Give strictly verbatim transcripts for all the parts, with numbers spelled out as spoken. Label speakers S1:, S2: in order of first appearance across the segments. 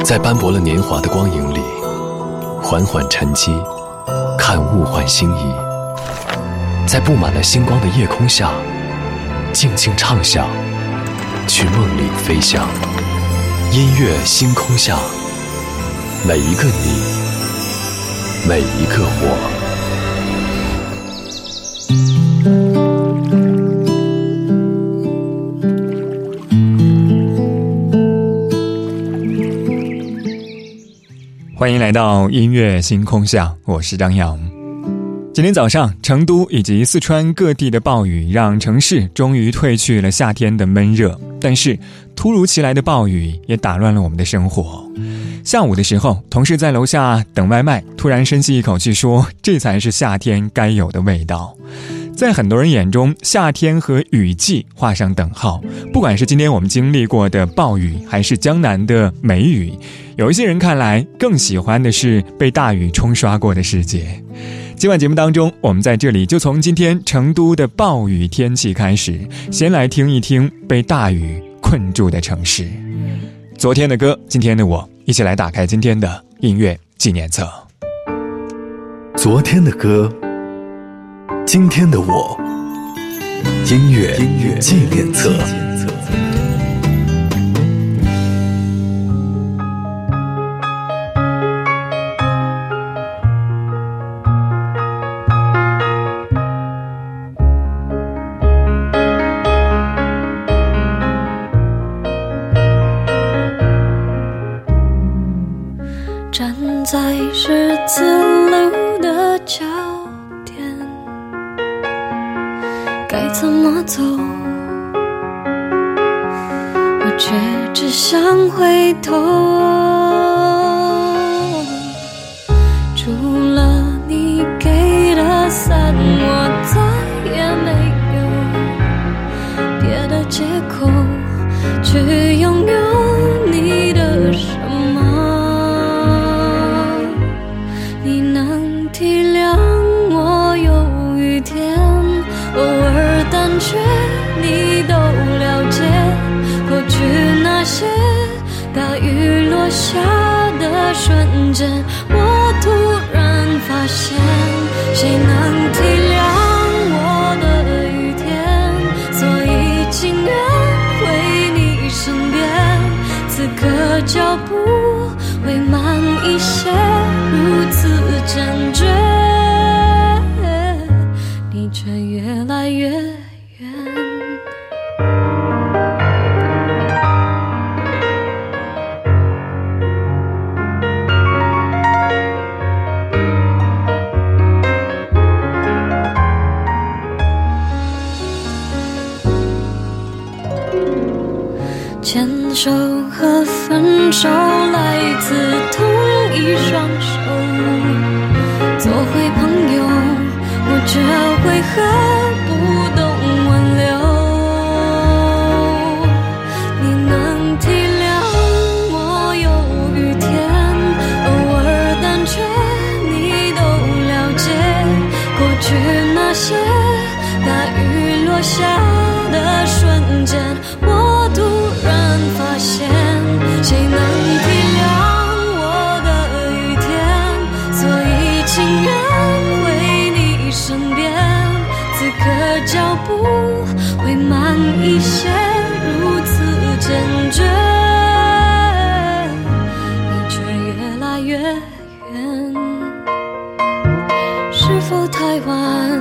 S1: 在斑驳了年华的光影里，缓缓沉积，看物换星移。在布满了星光的夜空下，静静畅想，去梦里飞翔。音乐星空下，每一个你，每一个我。
S2: 欢迎来到音乐星空下，我是张扬。今天早上，成都以及四川各地的暴雨让城市终于褪去了夏天的闷热，但是突如其来的暴雨也打乱了我们的生活。下午的时候，同事在楼下等外卖，突然深吸一口气说，这才是夏天该有的味道。在很多人眼中，夏天和雨季画上等号，不管是今天我们经历过的暴雨，还是江南的梅雨，有一些人看来更喜欢的是被大雨冲刷过的世界。今晚节目当中，我们在这里就从今天成都的暴雨天气开始，先来听一听被大雨困住的城市。昨天的歌，今天的我，一起来打开今天的音乐纪念册。
S1: 昨天的歌，今天的我，音乐纪念册。
S3: 站在十字路的交点，该怎么走？我却只想回头。除了你给的伞，我再也没有别的借口去拥有你的什么。你能体谅我有雨天，偶尔胆怯，你都了解。过去那些大雨落下的瞬间，我突然发现，谁能体谅我的雨天？所以情愿回你身边，此刻脚步会慢一些，如此坚决，你却越来越远。牵手和分手来自同一双手，做回朋友，我却为何不懂挽留？你能体谅我有雨天，偶尔胆怯，你都了解。过去那些大雨落下的瞬间，我突然发现，谁能体谅我的雨天？所以情愿回你身边，此刻脚步会慢一些，如此坚决，你却越来越远。是否太晚？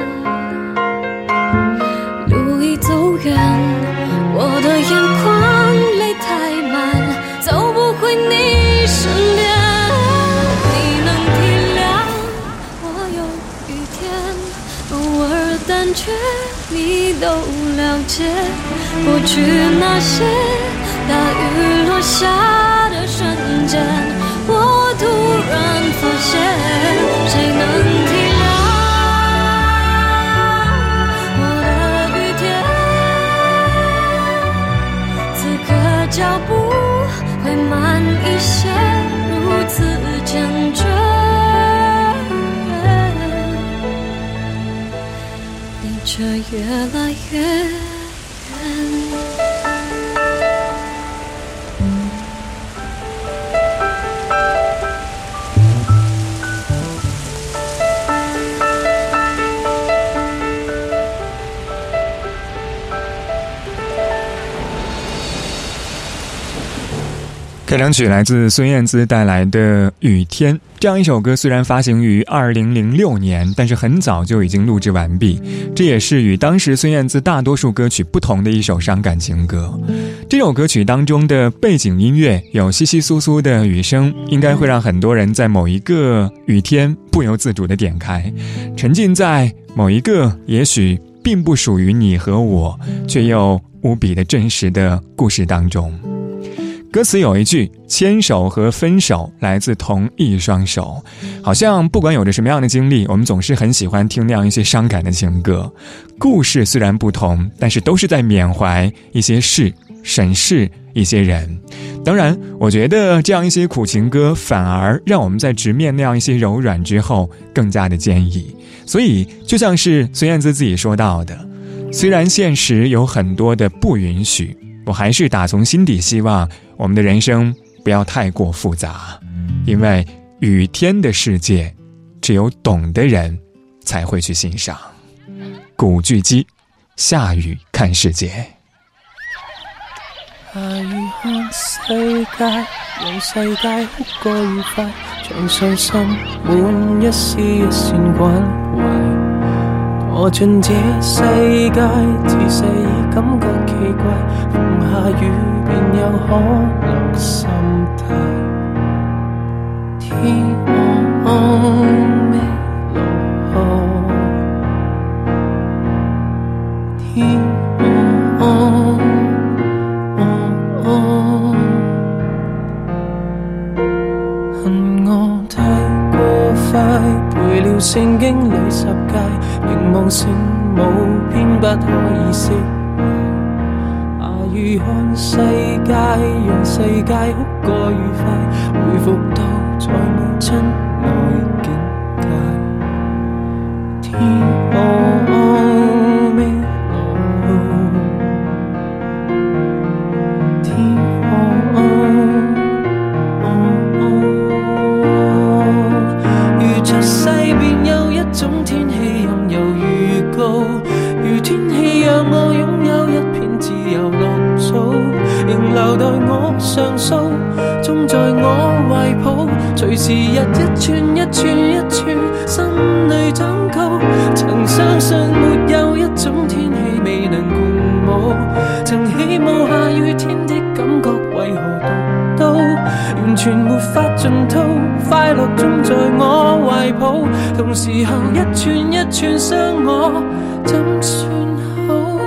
S3: 路已走远，我的眼眶泪太满，走不回你身边。你能体谅我有雨天，偶尔胆怯，你都了解。过去那些大雨落下的瞬间，我突然发现，谁能体谅脚步会慢一些，如此坚决，你却越来越远。
S2: 开场曲来自孙燕姿带来的《雨天》，这样一首歌虽然发行于二零零六年，但是很早就已经录制完毕，这也是与当时孙燕姿大多数歌曲不同的一首伤感情歌。这首歌曲当中的背景音乐有窸窸窣窣的雨声，应该会让很多人在某一个雨天不由自主地点开，沉浸在某一个也许并不属于你和我却又无比的真实的故事当中。歌词有一句，牵手和分手来自同一双手，好像不管有着什么样的经历，我们总是很喜欢听那样一些伤感的情歌。故事虽然不同，但是都是在缅怀一些事，审视一些人。当然我觉得这样一些苦情歌反而让我们在直面那样一些柔软之后更加的坚毅。所以就像是孙燕姿自己说到的，虽然现实有很多的不允许，我还是打从心底希望我们的人生不要太过复杂，因为雨天的世界只有懂的人才会去欣赏。古巨基，下雨看世界。
S4: 下雨看世界，讓世界哭過愉快，像傷心滿一絲一線關懷。我進這世界，自細已感覺奇怪，逢下雨便有可樂心態。天空未落，天空恨我太過快，背了聖經裏十誡，凝望聖母偏不可以釋懷。下雨看世界，讓世界哭過愉快，回復到在母親內境界。天空未落，天空如出世便有一種天氣任由預告，如天氣讓我擁有一片自由綠草，仍留待我上訴，終在我懷抱，隨時日一寸一寸一寸心裏長高。曾相信沒有一種天氣未能共舞，曾起舞下雨天的感覺為何獨到，完全沒法盡吐，快樂總在我懷抱，同時候一寸一寸傷我，怎算好？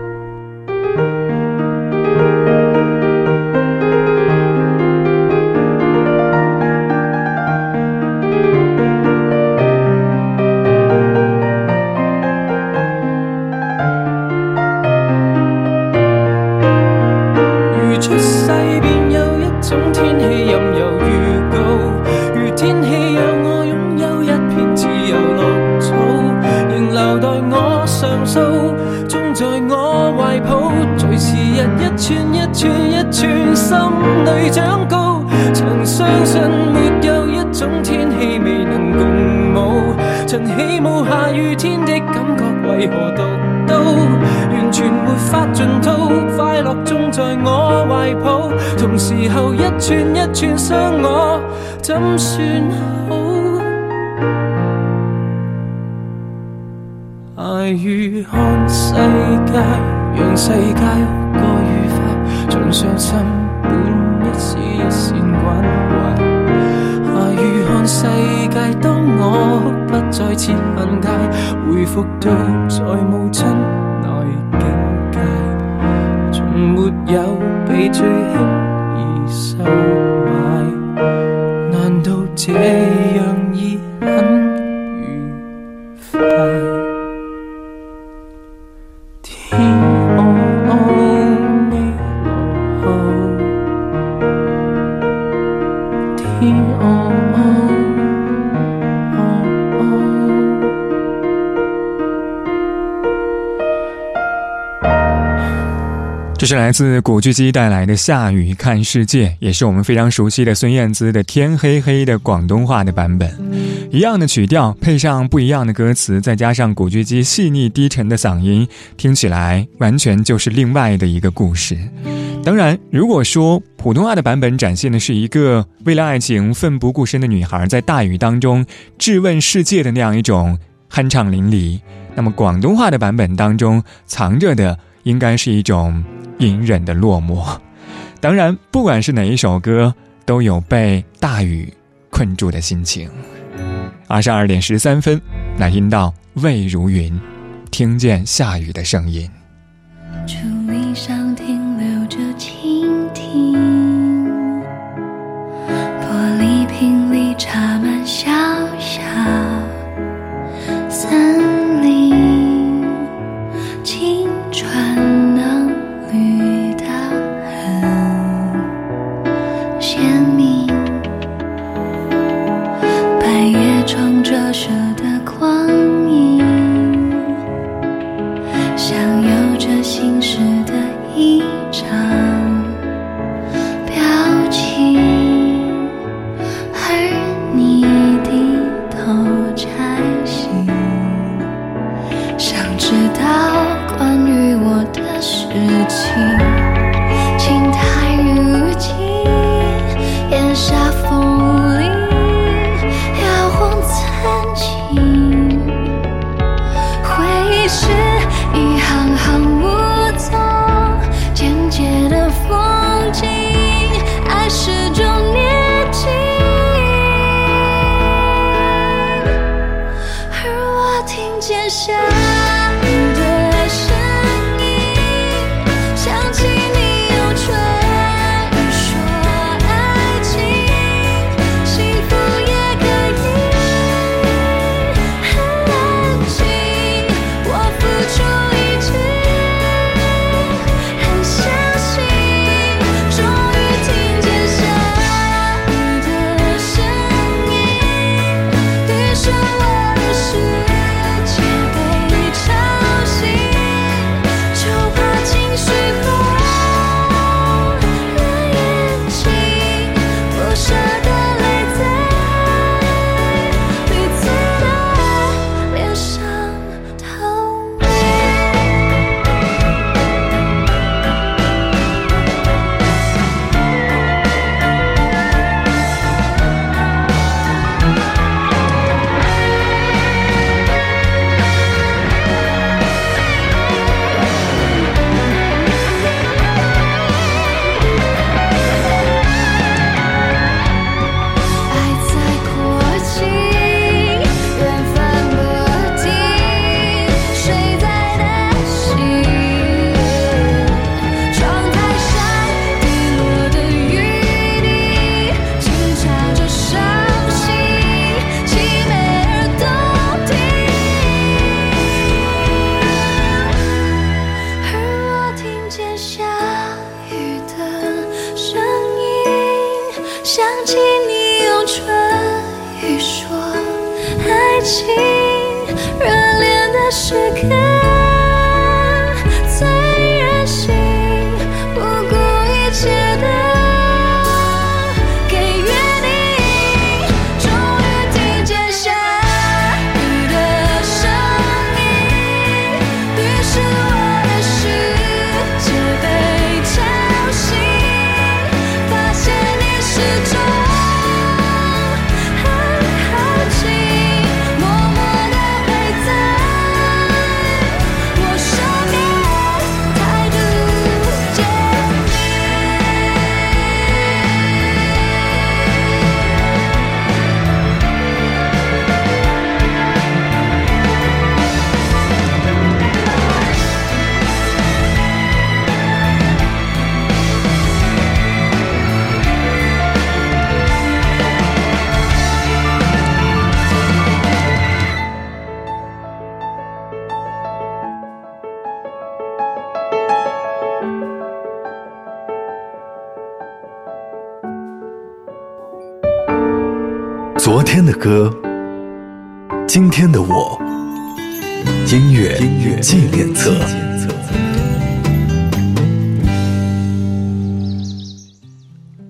S4: 出世便有一種天氣任由預告，如天氣讓我擁有一片自由綠草，仍留待我上訴，終在我懷抱，隨時日一寸一寸一寸心裏長高。曾相信沒有一種天氣未能共舞，曾起舞下雨天的感覺為何獨到，完全沒法盡吐，快樂總在我懷抱，同時候一寸一寸傷我，怎算好？下雨看世界，讓世界哭過愉快，像傷心般一絲一線關懷。下雨看世界，當我哭不再設限界，回復到在母親內境界，從沒有被最輕易收買，難道這樣已很愉快？天空未落，天空
S2: 这是来自古巨基带来的《下雨看世界》，也是我们非常熟悉的孙燕姿的《天黑黑》的广东话的版本。一样的曲调配上不一样的歌词，再加上古巨基细腻低沉的嗓音，听起来完全就是另外的一个故事。 当然，如果说普通话的版本展现的是一个为了爱情奋不顾身的女孩在大雨当中质问世界的那样一种酣畅淋漓，那么广东话的版本当中藏着的应该是一种隐忍的落寞。当然，不管是哪一首歌，都有被大雨困住的心情。二十二点十三分，来听到魏如云，听见下雨的声音。
S3: 竹篱上停留着蜻蜓，玻璃瓶里插满小小森林，青春能绿得很鲜明，半夜窗折射的光影，像有着心事的一场表情，而你低头摘星，想知道关于我的事情，情态如今檐下风铃摇晃曾经，回忆是一行行无踪简洁的风景，爱始终年轻，而我听见下雨的声音，想起你用唇语说爱情，幸福也可以很安静，我付出一切，很相信，终于听见下雨的声音，雨说我的世界被吵醒，就怕情绪红了眼睛，不舍的泪在彼此的脸上投影。爱在过境，缘分不停，水在担心，窗台上滴落的雨滴，轻唱着伤心，凄美而动听，而我听见下雨的声音，想起你用唇语说爱情，热恋的时刻最任性，不顾一切的给予你，终于听见下雨的声音，于是我的世界被吵醒，发现你始终很靠近，默默地陪在我身边，态度坚定。
S1: 昨天的歌，今天的我，音乐纪念册。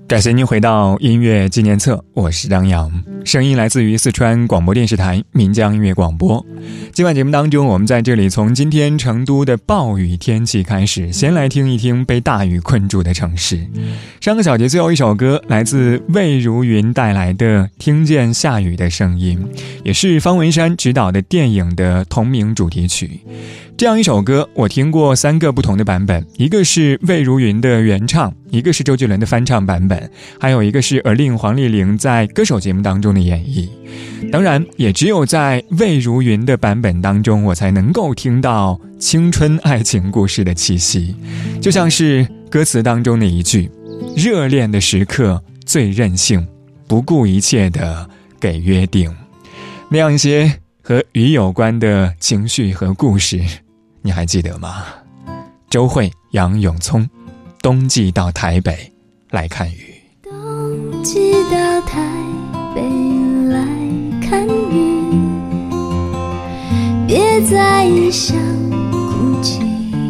S2: 感谢您回到音乐纪念册，我是张扬，声音来自于四川广播电视台岷江音乐广播。今晚节目当中，我们在这里从今天成都的暴雨天气开始，先来听一听被大雨困住的城市。上个小节最后一首歌来自魏如云带来的《听见下雨的声音》，也是方文山执导的电影的同名主题曲。这样一首歌我听过三个不同的版本，一个是魏如云的原唱，一个是周杰伦的翻唱版本，还有一个是而令黄丽玲在歌手节目当中的演绎。当然也只有在魏如云的版本当中，我才能够听到青春爱情故事的气息，就像是歌词当中的一句，热恋的时刻最任性，不顾一切的给约定。那样一些和雨有关的情绪和故事，你还记得吗？周蕙、杨永聪，冬季到台北来看雨。
S3: 冬季到台北来看雨，别在异乡哭泣。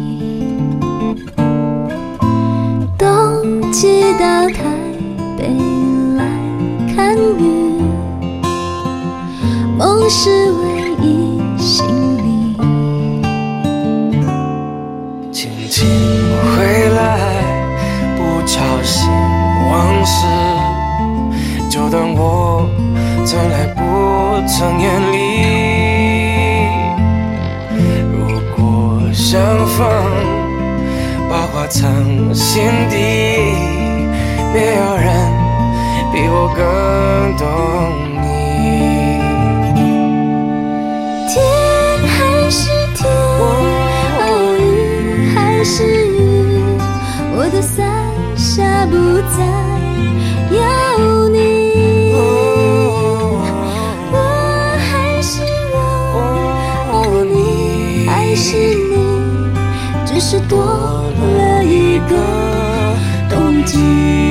S3: 冬季到台北来看雨，梦是唯一心里。
S4: 轻轻回来，不吵醒往事，就当我从来不曾远离。如果相逢，把话藏心底，没有人比我更懂你。
S3: 天还是天，哦，雨还是雨，我的伞下不再有你。我还是我，你还是你，只是多了一个冬季。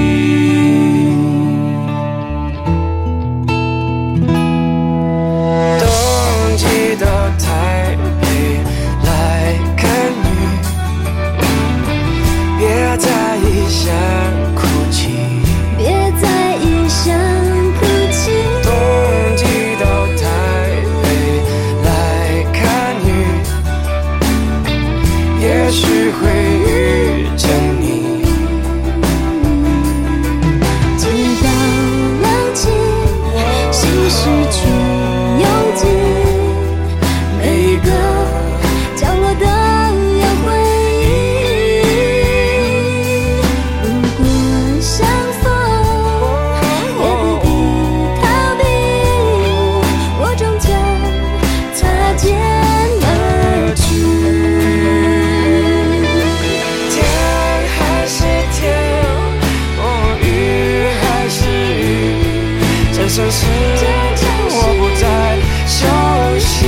S4: 城市我不再休息，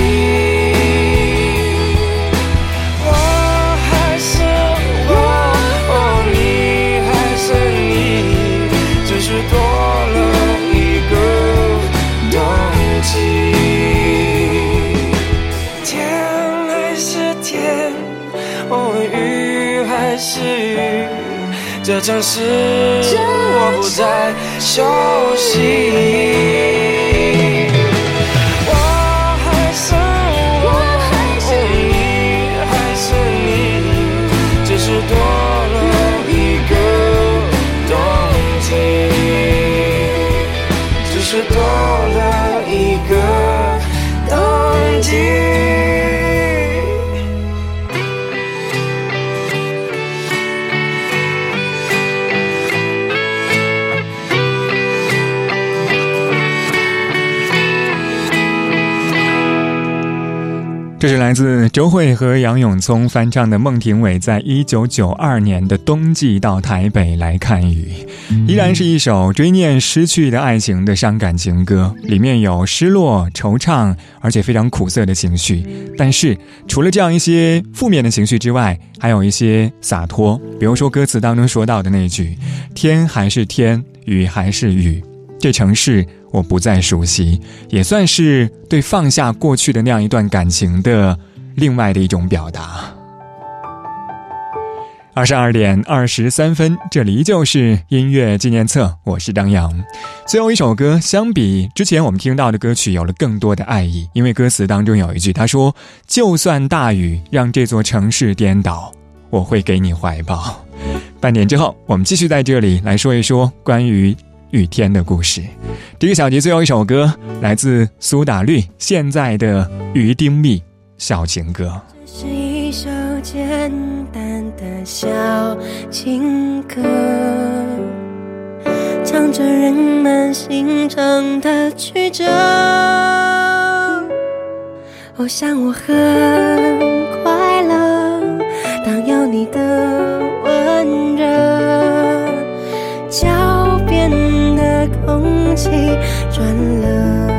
S4: 我还是我，哦，你还是你，只是多了一个冬季。天还是天，哦，雨还是雨，这城市我不再休息。
S2: 这是来自周蕙和杨永聪翻唱的孟庭苇在一九九二年的《冬季到台北来看雨》，依然是一首追念失去的爱情的伤感情歌，里面有失落、惆怅，而且非常苦涩的情绪。但是除了这样一些负面的情绪之外，还有一些洒脱，比如说歌词当中说到的那句天还是天，雨还是雨，这城市我不再熟悉，也算是对放下过去的那样一段感情的另外的一种表达。 二十二点二十三分，这里依旧是音乐纪念册，我是张扬。最后一首歌相比之前我们听到的歌曲有了更多的爱意，因为歌词当中有一句，他说就算大雨让这座城市颠倒，我会给你怀抱。半点之后我们继续在这里来说一说关于雨天的故事。这个小节最后一首歌来自苏打绿现在的鱼丁蜜小情歌。
S5: 这是一首简单的小情歌，唱着人们心肠的曲折。我想我很快乐，当有你的温热，脚边的空气转了。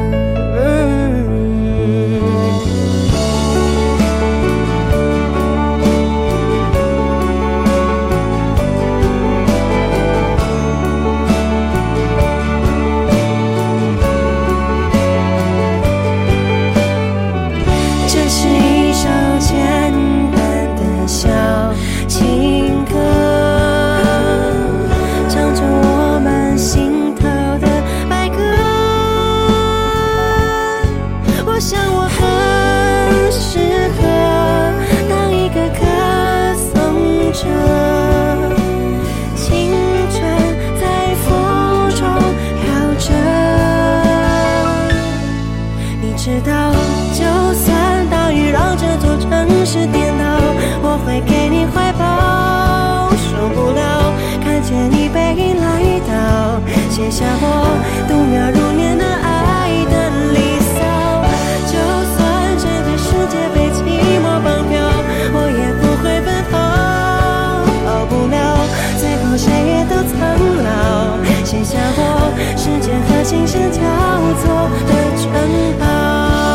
S5: 写下我度秒如年的爱的离骚，就算整个世界被寂寞绑票，我也不会奔跑，跑不了，最后谁也都苍老，写下我时间和琴声交错的城堡。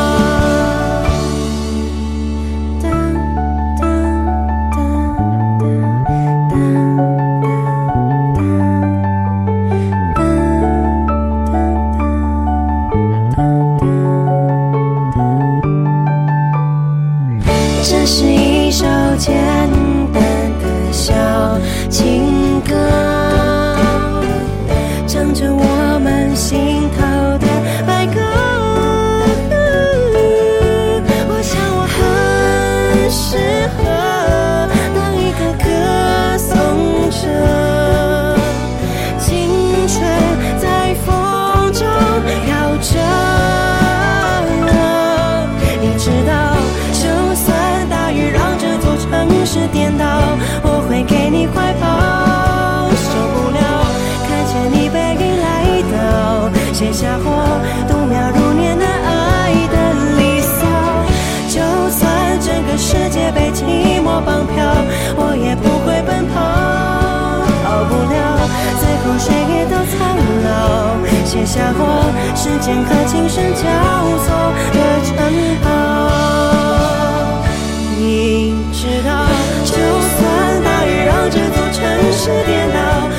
S5: 简单的小情歌，唱着我们心头的白鸽。我想我很适合当一个歌颂者，青春在风中摇着。你知道，就算大雨让这座城市颠倒，我会给你怀抱，受不了看见你背影来到，写下我度秒如年的爱的离骚，就算整个世界被寂寞绑票，我也不会奔跑，跑不了，最后谁也都苍老，写下我时间和琴声交错的城堡。你知道，就算大雨让这座城市颠倒，